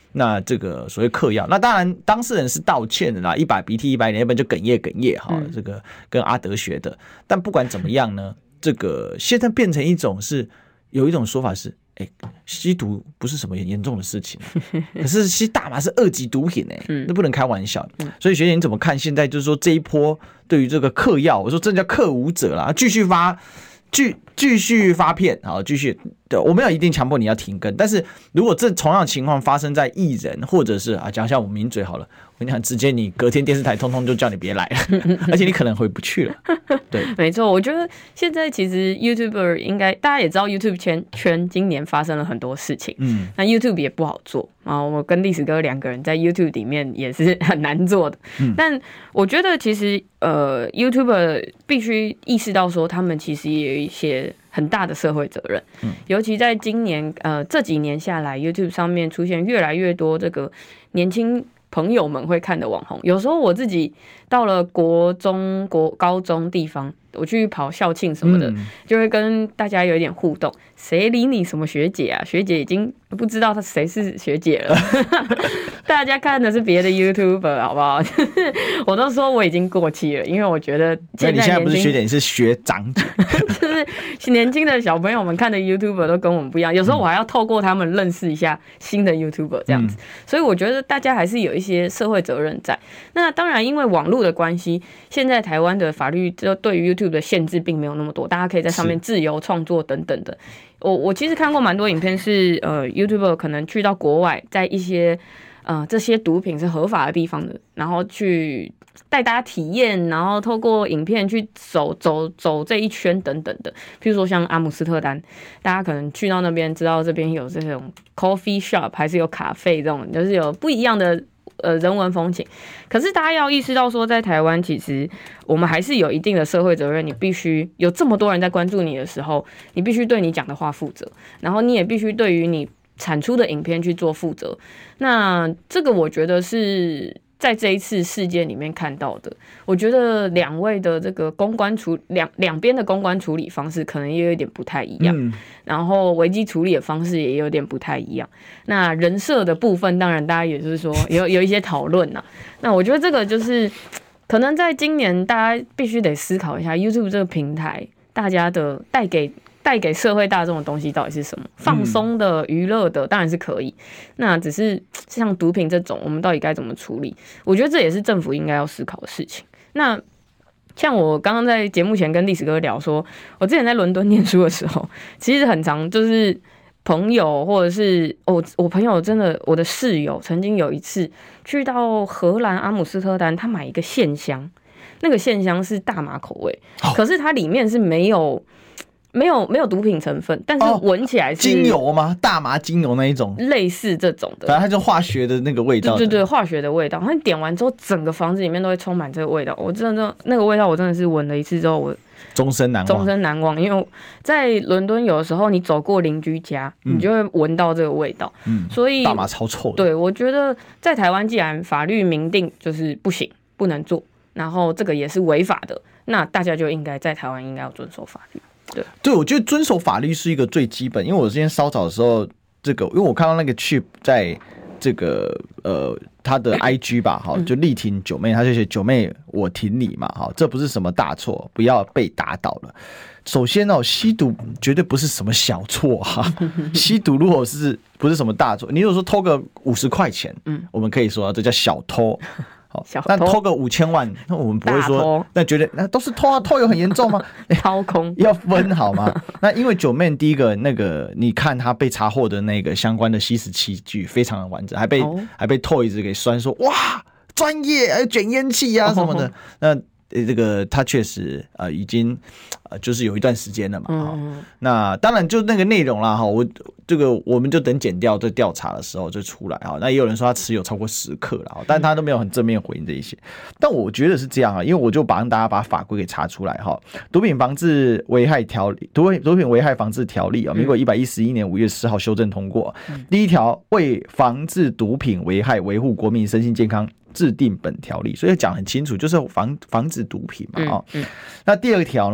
那这个所谓嗑药，那当然当事人是道歉的啦，一把鼻涕一把眼泪，要不然就哽咽哽咽哈，这个跟阿德学的。但不管怎么样呢，这个现在变成一种是有一种说法是，哎、欸，吸毒不是什么严重的事情，可是吸大麻是二级毒品哎、欸，那不能开玩笑。所以学姐你怎么看现在就是说这一波对于这个嗑药，我说这叫嗑舞者啦，继续发。继继续发片，好，继续。对，我没有一定强迫你要停更，但是如果这同样的情况发生在艺人，或者是啊，讲一下我名嘴好了，我跟你讲，直接你隔天电视台通通就叫你别来了，而且你可能回不去了。对， 没错，我觉得现在其实 YouTuber 应该大家也知道 ，YouTube 圈圈今年发生了很多事情，嗯，那 YouTube 也不好做啊。我跟历史哥两个人在 YouTube 里面也是很难做的，嗯、但我觉得其实呃 YouTuber 必须意识到说，他们其实也有一些很大的社会责任，嗯、尤其在今年呃这几年下来 ，YouTube 上面出现越来越多这个年轻朋友们会看的网红。有时候我自己到了国中、国高中地方，我去跑校庆什么的，嗯、就会跟大家有一点互动。谁理你什么学姐啊？学姐已经不知道她谁是学姐了。大家看的是别的 YouTuber 好不好？我都说我已经过气了，因为我觉得现在你现在不是学姐，你是学长姐。 就是年轻的小朋友们看的 YouTuber 都跟我们不一样，有时候我还要透过他们认识一下新的 YouTuber 这样子。嗯、所以我觉得大家还是有一些社会责任在。那当然，因为网络的关系，现在台湾的法律就对于 YouTube 的限制并没有那么多，大家可以在上面自由创作等等的。我我其实看过蛮多影片是，呃 YouTuber 可能去到国外，在一些呃这些毒品是合法的地方的，然后去带大家体验，然后透过影片去走走走这一圈等等的。譬如说像阿姆斯特丹，大家可能去到那边知道这边有这种 coffee shop， 还是有咖啡这种，就是有不一样的呃人文风情。可是大家要意识到说，在台湾其实我们还是有一定的社会责任，你必须有这么多人在关注你的时候，你必须对你讲的话负责，然后你也必须对于你产出的影片去做负责。那这个我觉得是在这一次事件里面看到的。我觉得两位的这个公关处两两边的公关处理方式可能也有点不太一样，嗯、然后危机处理的方式也有点不太一样。那人设的部分，当然大家也就是说有有一些讨论呐。那我觉得这个就是可能在今年大家必须得思考一下 YouTube 这个平台，大家的带给。带给社会大众的东西到底是什么？放松的、娱乐的，当然是可以。那只是像毒品这种，我们到底该怎么处理？我觉得这也是政府应该要思考的事情。那像我刚刚在节目前跟历史哥聊说，我之前在伦敦念书的时候，其实很常就是朋友或者是我我朋友真的我的室友曾经有一次去到荷兰阿姆斯特丹，他买一个线香，那个线香是大麻口味，哦、可是它里面是没有。没有没有毒品成分，但是闻起来是、哦、 精油吗？大麻精油那一种， 类似这种的， 反正它就化学的那个味道。 对对对，化学的味道。它点完之后，整个房子里面都会充满这个味道。我真的那个味道，我真的是闻了一次之后，我终身难忘， 终身难忘。因为在伦敦有的时候，你走过邻居家，嗯、你就会闻到这个味道。嗯，所以大麻超臭的。 对，我觉得在台湾既然法律明定就是不行，不能做，然后这个也是违法的，那大家就应该在台湾应该要遵守法律。对， 对，我觉得遵守法律是一个最基本。因为我之前稍早的时候，这个因为我看到那个 Chip 在这个呃他的 I G 吧，哈，就力挺九妹，他就写九妹我挺你嘛，哈，这不是什么大错，不要被打倒了。首先哦，吸毒绝对不是什么小错哈，吸毒如果是不是什么大错，你如果说偷个五十块钱，嗯，我们可以说这叫小偷。好，那偷个五千万，那我们不会说，那觉得那都是偷啊，偷有很严重吗？ 掏空要分好吗？那因为九妹第一个那个，你看他被查获的那个相关的吸食器具非常的完整，还被、哦、还被 Toys 给酸说哇专业，还有卷烟器啊什么的。哦、那这个他确实呃已经呃就是有一段时间了嘛。嗯、那当然就那个内容啦哈，我这个我们就等检调在调查的时候就出来哈。那也有人说他持有超过十克了，但他都没有很正面回应这一些。但我觉得是这样啊，因为我就帮大家把法规给查出来哈。毒品防治危害条例，毒毒品危害防治条例啊，民国一百一十一年五月十号修正通过。嗯、第一条，为防治毒品危害，维护国民身心健康，制定本条例，所以讲很清楚，就是防防止毒品嘛啊、嗯嗯。那第二条呢，就是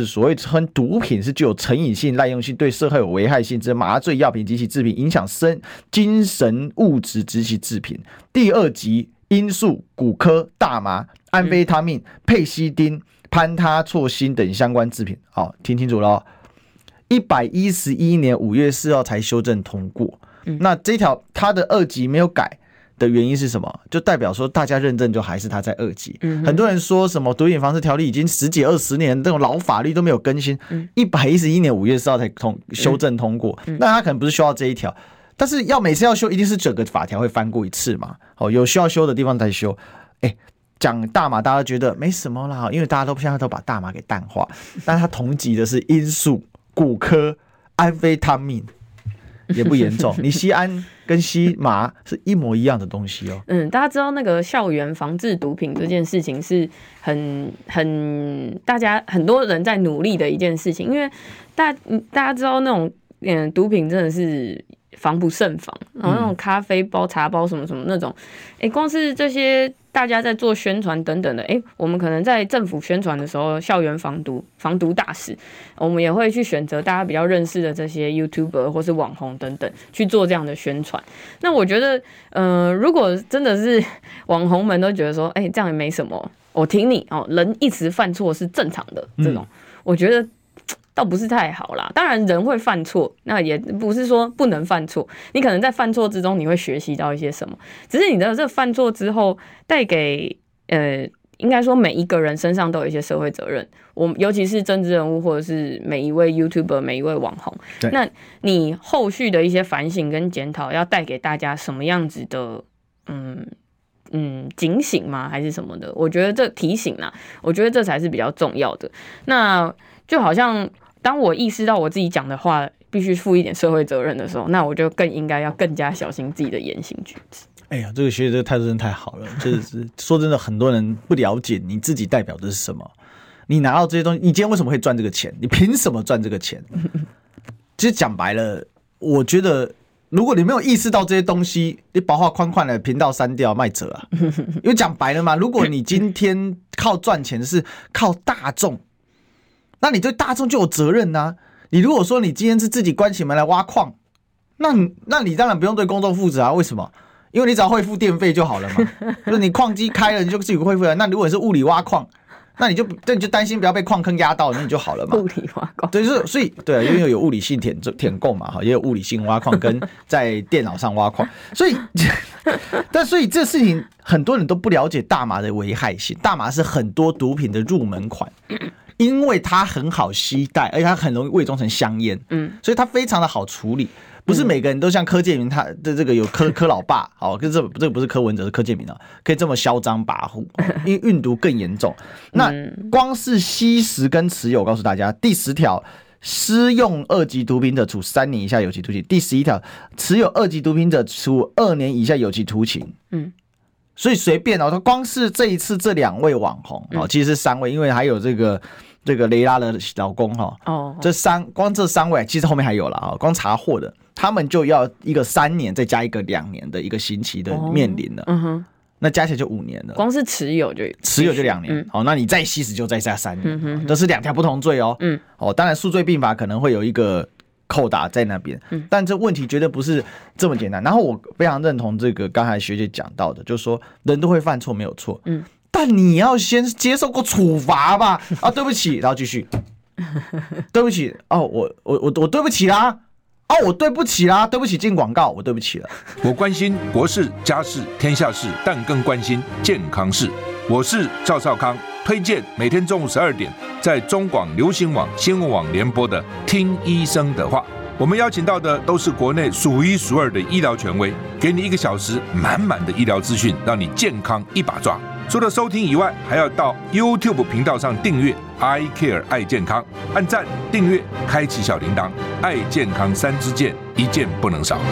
是所谓称毒品是具有成瘾性、滥用性、对社会有危害性之麻醉药品及其制品，影响身精神物质及其制品。第二级罂粟、古柯、大麻、安非他命、佩西丁、潘他唑辛等相关制品。好，听清楚了。一百一十一年五月四号才修正通过。嗯、那这条它的二级没有改的原因是什么？就代表说大家认证就还是它在二级。嗯、很多人说什么毒品防治条例已经十几二十年，这种老法律都没有更新。一百一十一年五月四号才通修正通过，嗯、那他可能不是修到这一条，但是要每次要修，一定是整个法条会翻过一次嘛。哦，有需要修的地方才修。哎，讲大麻大家觉得没什么啦，因为大家都现在都把大麻给淡化，但它同级的是罂粟、古柯、安非他命。也不严重，你吸安跟吸麻是一模一样的东西哦。 嗯，大家知道那个校园防治毒品这件事情是很很大家很多人在努力的一件事情，因为大大家知道那种嗯毒品真的是防不胜防，然后那种咖啡包、茶包什么什么那种，哎，光是这些大家在做宣传等等的，哎，我们可能在政府宣传的时候，校园防毒防毒大使，我们也会去选择大家比较认识的这些 YouTuber 或是网红等等去做这样的宣传。那我觉得，呃，如果真的是网红们都觉得说，哎，这样也没什么，我挺你哦，人一时犯错是正常的，这种，嗯、我觉得。倒不是太好啦，当然人会犯错，那也不是说不能犯错。你可能在犯错之中，你会学习到一些什么，只是你的这犯错之后带给呃，应该说每一个人身上都有一些社会责任。我们尤其是政治人物或者是每一位 YouTuber、每一位网红，那你后续的一些反省跟检讨，要带给大家什么样子的嗯嗯警醒吗？还是什么的？我觉得这提醒啦，我觉得这才是比较重要的。那就好像。当我意识到我自己讲的话必须负一点社会责任的时候，那我就更应该要更加小心自己的言行举止。 哎呀，这个学姐这个态度真的太好了，就是说真的，很多人不了解你自己代表的是什么。你拿到这些东西，你今天为什么会赚这个钱？你凭什么赚这个钱？其实讲白了，我觉得如果你没有意识到这些东西，你薄化宽宽的频道删掉卖者啊。因为讲白了嘛，如果你今天靠赚钱是靠大众。那你对大众就有责任啊！你如果说你今天是自己关起门来挖矿，那你那你当然不用对公众负责啊？为什么？因为你只要会付电费就好了嘛。就是你矿机开了，你就自己会付了。那如果你是物理挖矿，那你就那你就担心不要被矿坑压到，那你就好了嘛。 物理挖矿， 对，就是所以对，因为有物理性填填供嘛，哈，也有物理性挖矿跟在电脑上挖矿，所以但所以这事情很多人都不了解大麻的危害性。大麻是很多毒品的入门款。因为它很好携带，而且它很容易伪装成香烟，嗯，所以它非常的好处理。不是每个人都像柯建铭他的这个有柯柯老爸，好，可是这这个不是柯文哲，是柯建铭啊，可以这么嚣张跋扈，因为运毒更严重。那光是吸食跟持有，我告诉大家，第十条，施用二级毒品者处三年以下有期徒刑；第十一条，持有二级毒品者处二年以下有期徒刑。嗯。所以随便哦，他光是这一次这两位网红哦，其实是三位，因为还有这个这个雷拉的老公哈，哦，这三光这三位，其实后面还有了啊，光查获的，他们就要一个三年，再加一个两年的一个刑期的面临了，嗯哼，那加起来就五年了。 光是持有就持有就两年，好，那你再吸食就再加三年，这是两条不同罪哦，嗯，哦，当然数罪并罚可能会有一个。扣打在那边，但这问题绝对不是这么简单。然后我非常认同这个刚才学姐讲到的，就是说人都会犯错，没有错，嗯，但你要先接受过处罚吧。啊，对不起，然后继续，对不起，哦，我我我我对不起啦，哦，我对不起啦，对不起，进广告，我对不起了。 我关心国事、家事、天下事，但更关心健康事。我是赵少康，推荐每天中午十二点在中广流行网、新闻网联播的《听医生的话》。我们邀请到的都是国内数一数二的医疗权威，给你一个小时满满的医疗资讯，让你健康一把抓。除了收听以外，还要到 YouTube 频道上订阅 I Care 爱健康，按赞、订阅、开启小铃铛，爱健康三支箭，一件不能少。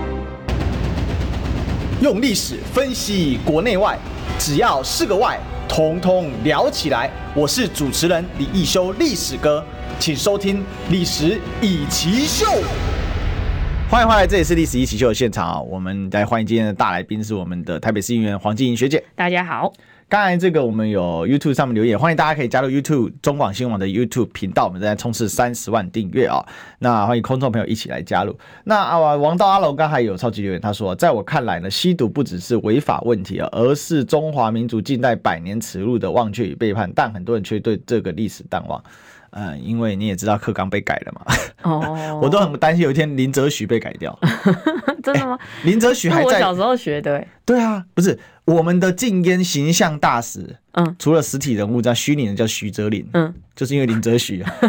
用历史分析国内外，只要是个外，统统聊起来。我是主持人李义修，历史哥，请收听《历史以奇秀》。 欢迎回来，这里是历史一起秀的现场啊！我们来欢迎今天的大来宾是我们的台北市议员黄瀞瑩学姐。 大家好。 刚才这个我们有 YouTube 上面留言，欢迎大家可以加入 YouTube 中广新闻网的 YouTube 频道，我们正在冲刺三十万订阅啊！那欢迎空众朋友一起来加入。那啊，王道阿龙刚才有超级留言，他说，在我看来呢，吸毒不只是违法问题啊，而是中华民族近代百年耻辱的忘却与背叛，但很多人却对这个历史淡忘。嗯，因为你也知道课纲被改了嘛，哦，我都很担心有一天林则徐被改掉。 真的吗？ 欸、林则徐还在我小时候学的、欸。 对啊，不是我们的禁烟形象大使，嗯，除了实体人物，叫虚拟人叫徐哲林，嗯，就是因为林则徐啊。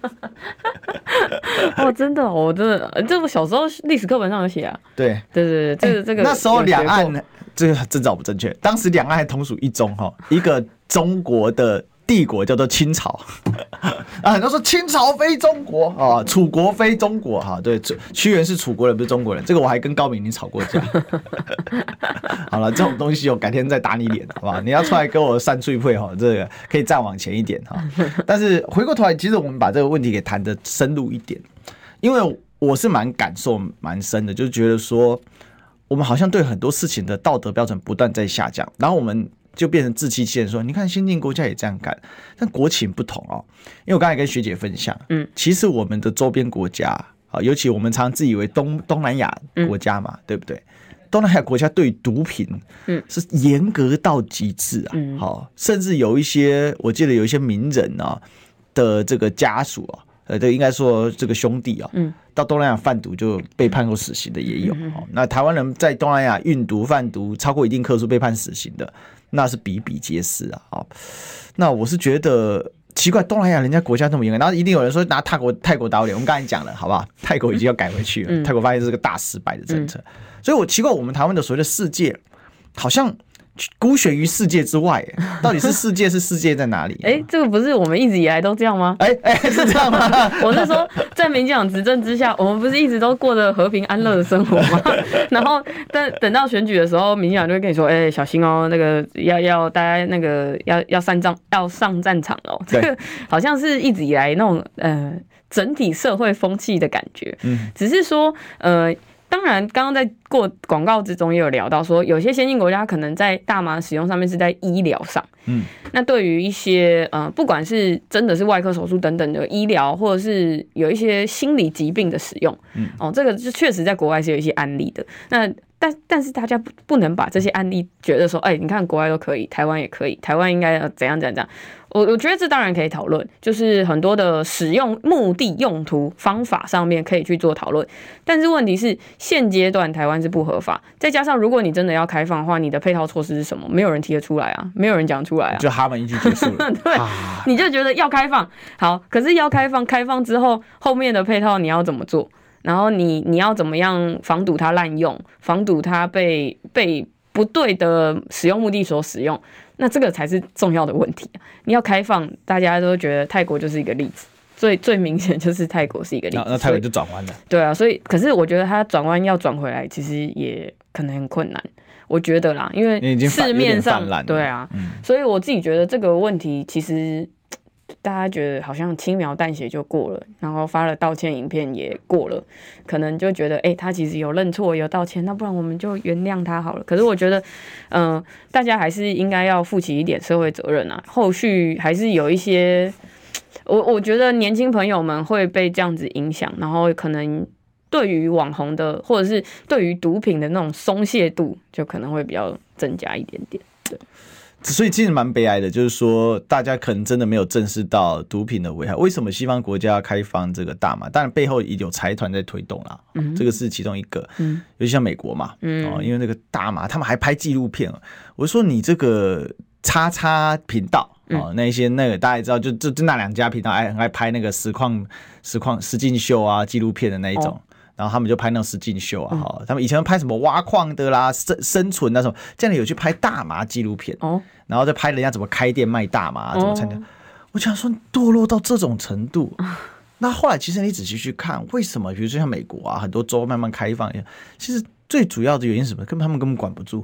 哦，真的，我真的，这我小时候历史课本上有写啊。 对对对对，这个、欸、这个那时候两岸这个政治不正确，当时两岸还同属一中哈，一个中国的帝国叫做清朝。啊，很多说清朝非中国啊，楚国非中国哈、啊，对，屈原是楚国人不是中国人，这个我还跟高敏玲吵过架。好了，这种东西我改天再打你脸，好不好？你要出来跟我扇脆配哈，这个可以再往前一点哈。但是回过头来，其实我们把这个问题给谈得深入一点，因为我是蛮感受蛮深的，就是觉得说我们好像对很多事情的道德标准不断在下降，然后我们就变成自欺欺人说，你看先进国家也这样干，但国情不同哦。因为我刚才跟学姐分享，嗯，其实我们的周边国家啊，尤其我们常自以为东东南亚国家嘛，嗯、对不对？东南亚国家对毒品，嗯，是严格到极致啊，嗯，好，甚至有一些，我记得有一些名人啊的这个家属啊，呃，这应该说这个兄弟啊，嗯，到东南亚贩毒就被判过死刑的也有。嗯、那台湾人在东南亚运毒贩毒超过一定克数被判死刑的，那是比比皆是啊。好，那我是觉得奇怪，东南亚人家国家这么严格，然后一定有人说拿泰国泰国打脸。我们刚才讲了，好不好？泰国已经要改回去了，嗯、泰国发现这是个大失败的政策，嗯、所以我奇怪，我们台湾的所谓的世界，好像孤悬于世界之外，到底是世界是世界在哪里？ 哎、欸，这个不是我们一直以来都这样吗？ 哎哎、欸欸，是这样吗？ 我是说，在民进党执政之下，我们不是一直都过着和平安乐的生活吗？然后，但等到选举的时候，民进党就会跟你说：“哎、欸，小心哦，那个要要大家那个要要上战要上战场哦。”这个好像是一直以来那种呃整体社会风气的感觉。嗯，只是说呃。当然，刚刚在过广告之中也有聊到说，有些先进国家可能在大麻使用上面是在医疗上，嗯，那对于一些呃，不管是真的是外科手术等等的医疗，或者是有一些心理疾病的使用，嗯，哦，这个就确实在国外是有一些案例的。那但但是大家不不能把这些案例觉得说，哎、欸，你看国外都可以，台湾也可以，台湾应该要怎样怎样怎样。我我觉得这当然可以讨论，就是很多的使用目的、用途、方法上面可以去做讨论。但是问题是，现阶段台湾是不合法，再加上如果你真的要开放的话，你的配套措施是什么？没有人提得出来啊，没有人讲出来啊， 就他们一句结束了。 对，啊、你就觉得要开放，好，可是要开放，开放之后后面的配套你要怎么做？然后你你要怎么样防堵它滥用，防堵它被被不对的使用目的所使用？那这个才是重要的问题。你要开放，大家都觉得泰国就是一个例子，最最明显就是泰国是一个例子。 那, 那泰国就转弯了。 对啊，所以可是我觉得它转弯要转回来，其实也可能很困难。我觉得啦，因为市面上对啊、嗯，所以我自己觉得这个问题其实大家觉得好像轻描淡写就过了，然后发了道歉影片也过了，可能就觉得哎、欸，他其实有认错有道歉，那不然我们就原谅他好了。可是我觉得，嗯、呃，大家还是应该要负起一点社会责任啊。后续还是有一些，我我觉得年轻朋友们会被这样子影响，然后可能对于网红的或者是对于毒品的那种松懈度，就可能会比较增加一点点。对。 所以其实蛮悲哀的，就是说大家可能真的没有正视到毒品的危害。为什么西方国家要开放这个大麻？当然背后有财团在推动啦，嗯、这个是其中一个。嗯，尤其像美国嘛，嗯、哦，因为那个大麻，他们还拍纪录片。我说你这个叉叉频道。哦，那一些那个大家也知道，就就就那两家频道爱很爱拍那个实况实况实境秀啊，纪录片的那一种。哦，然后他们就拍那种实境秀啊，嗯、他们以前拍什么挖矿的啦、生生存啊什么，这样有去拍大麻纪录片，哦，然后再拍人家怎么开店卖大麻，怎么参加。哦，我想说堕落到这种程度，那后来其实你仔细去看，为什么比如说像美国啊，很多州慢慢开放，其实最主要的原因是什么？根本他们根本管不住。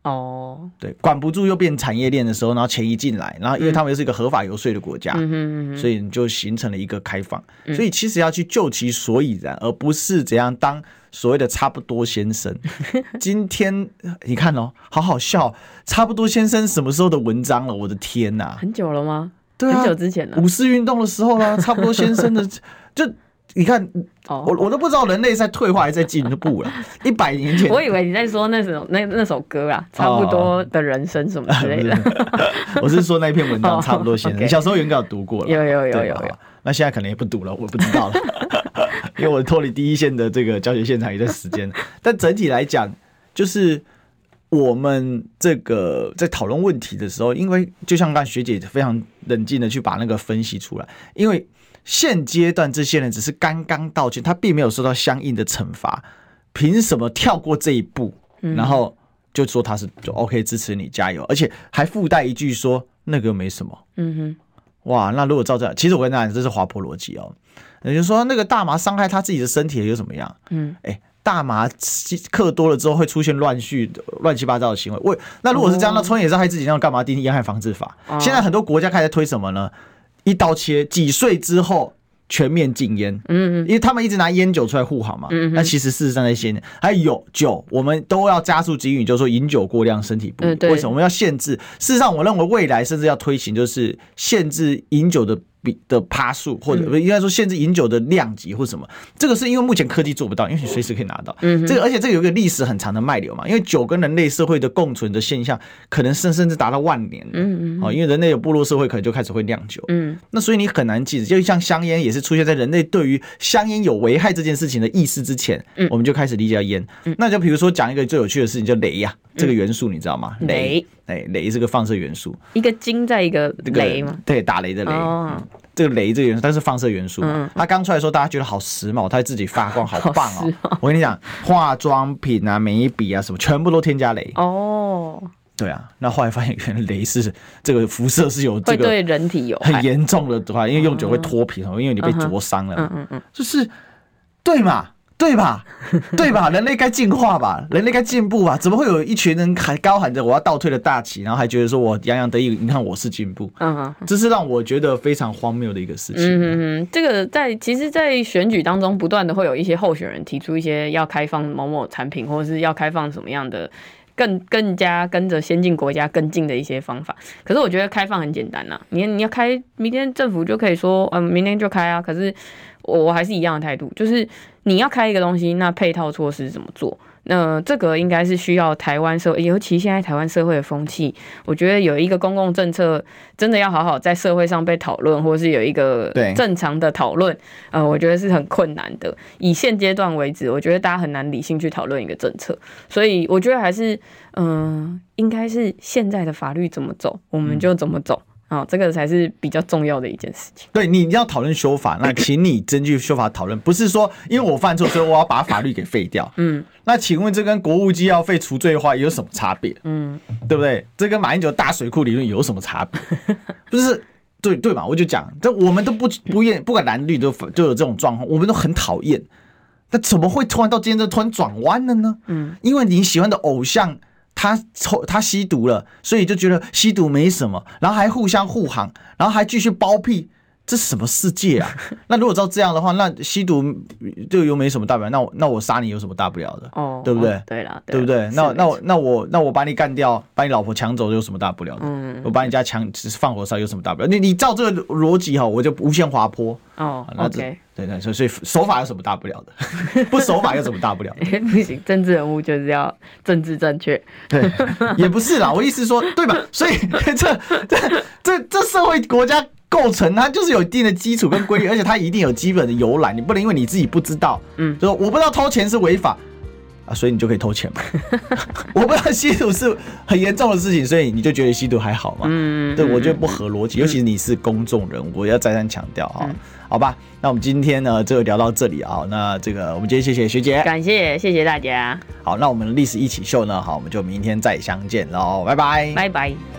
哦， 对，管不住又变产业链的时候，然后钱一进来，然后因为他们又是一个合法游说的国家，嗯、所以就形成了一个开放。嗯、所以其实要去就其所以然，而不是怎样当所谓的差不多先生。今天你看哦，好好笑，差不多先生什么时候的文章了？我的天哪， 很久了吗？ 对啊， 很久之前了， 五四运动的时候啦，差不多先生的就。你看，哦、我我都不知道人类在退化还是在进步了。一百年前， 我以为你在说那首那那首歌啊，差不多的人生什么之类的。 哦、我是说那篇文章差不多先生， oh, okay. 你小时候应该有读过了。 有有有有有。 那现在可能也不读了，我不知道了，因为我脱离第一线的这个教学现场一段时间。但整体来讲，就是我们这个在讨论问题的时候，因为就像刚才学姐非常冷静的去把那个分析出来，因为。现阶段这些人只是刚刚道歉，他并没有受到相应的惩罚，凭什么跳过这一步，嗯、然后就说他是就 OK 支持你加油，而且还附带一句说那个没什么。嗯哼，哇，那如果照这样，其实我跟你讲，这是滑坡逻辑哦。也就是说，那个大麻伤害他自己的身体又怎么样？嗯，哎、欸，大麻嗑多了之后会出现乱序、乱七八糟的行为。喂，那如果是这样，那抽烟也是害自己，那干嘛定烟害防治法？哦、现在很多国家开始推什么呢？一刀切，几岁之后全面禁烟，嗯，因为他们一直拿烟酒出来护航嘛，嗯，那其实事实上在限，还有酒，我们都要加速禁语，就是说饮酒过量身体不利。为什么我们要限制？事实上，我认为未来甚至要推行，就是限制饮酒的。的趴数，或者应该说限制饮酒的量级或什么，这个是因为目前科技做不到，因为你随时可以拿到。嗯，这个而且这个有一个历史很长的脉流嘛，因为酒跟人类社会的共存的现象，可能甚甚至达到万年。嗯嗯，因为人类有部落社会，可能就开始会酿酒。嗯，那所以你很难禁止，就像香烟也是出现在人类对于香烟有危害这件事情的意识之前，嗯、我们就开始理解烟。嗯、那就比如说讲一个最有趣的事情，叫镭呀、啊，这个元素你知道吗？镭，哎，镭是个放射元素， 一个金在一个雷吗？ 对，打雷的雷。哦嗯这个镭这个元素，它是放射元素嘛、嗯、它刚出来的时候大家觉得好时髦，它自己发光好棒哦。我跟你讲，化妆品啊、眉笔啊什么，全部都添加镭哦。对啊，那后来发现原来镭是这个辐射是有这个会对人体有很严重的话，因为用久会脱皮，因为你被灼伤了。嗯嗯嗯，就是对嘛。对吧？对吧？人类该进化吧，人类该进步吧？怎么会有一群人还高喊着我要倒退的大旗，然后还觉得说我洋洋得意？你看我是进步，嗯，这是让我觉得非常荒谬的一个事情。 嗯嗯，这个在其实，在选举当中，不断的会有一些候选人提出一些要开放某某产品，或者是要开放什么样的更更加跟着先进国家更近的一些方法。可是我觉得开放很简单呐，你你要开，明天政府就可以说，嗯，明天就开啊。可是我我还是一样的态度，就是你要开一个东西，那配套措施怎么做？那这个应该是需要台湾社会，尤其现在台湾社会的风气，我觉得有一个公共政策真的要好好在社会上被讨论，或是有一个正常的讨论，呃，我觉得是很困难的。以现阶段为止，我觉得大家很难理性去讨论一个政策，所以我觉得还是，嗯、呃，应该是现在的法律怎么走，我们就怎么走。哦，这个才是比较重要的一件事情。 对，你要讨论修法，那请你根据修法讨论，不是说因为我犯错，所以我要把法律给废掉。嗯，那请问这跟国务机要费除罪化有什么差别？嗯，对不对？这跟马英九大水库理论有什么差别？不是，对对嘛？我就讲，这我们都不不厌，不管蓝绿都就有这种状况，我们都很讨厌。那怎么会突然到今天这突然转弯了呢？嗯，因为你喜欢的偶像。他抽他吸毒了，所以就觉得吸毒没什么，然后还互相护航，然后还继续包庇，这是什么世界啊？那如果照这样的话，那吸毒就又没什么大不了，那我那我杀你有什么大不了的？哦，对不对？ 哦、对啦， 对不对？那那我那我那我把你干掉，把你老婆抢走有什么大不了的？嗯，我把你家抢放火烧有什么大不了？你你照这个逻辑哈，我就无限滑坡。哦，那这 OK。对对，所以守法有什么大不了的？不守法有什么大不了的？ 不行，政治人物就是要政治正确。 对，也不是啦，我意思说，对吧？所以这这这这社会国家构成，它就是有一定的基础跟规律，而且它一定有基本的由来，你不能因为你自己不知道，嗯，就说我不知道偷钱是违法啊，所以你就可以偷钱嘛。我不知道吸毒是很严重的事情，所以你就觉得吸毒还好嘛？嗯，对，我觉得不合逻辑，尤其是你是公众人物，我要再三强调啊。嗯，好吧，那我们今天呢，就聊到这里啊。那这个我们今天谢谢学姐， 感谢谢谢大家。 好，那我们历史一起秀呢，好，我们就明天再相见喽，拜拜， 拜拜。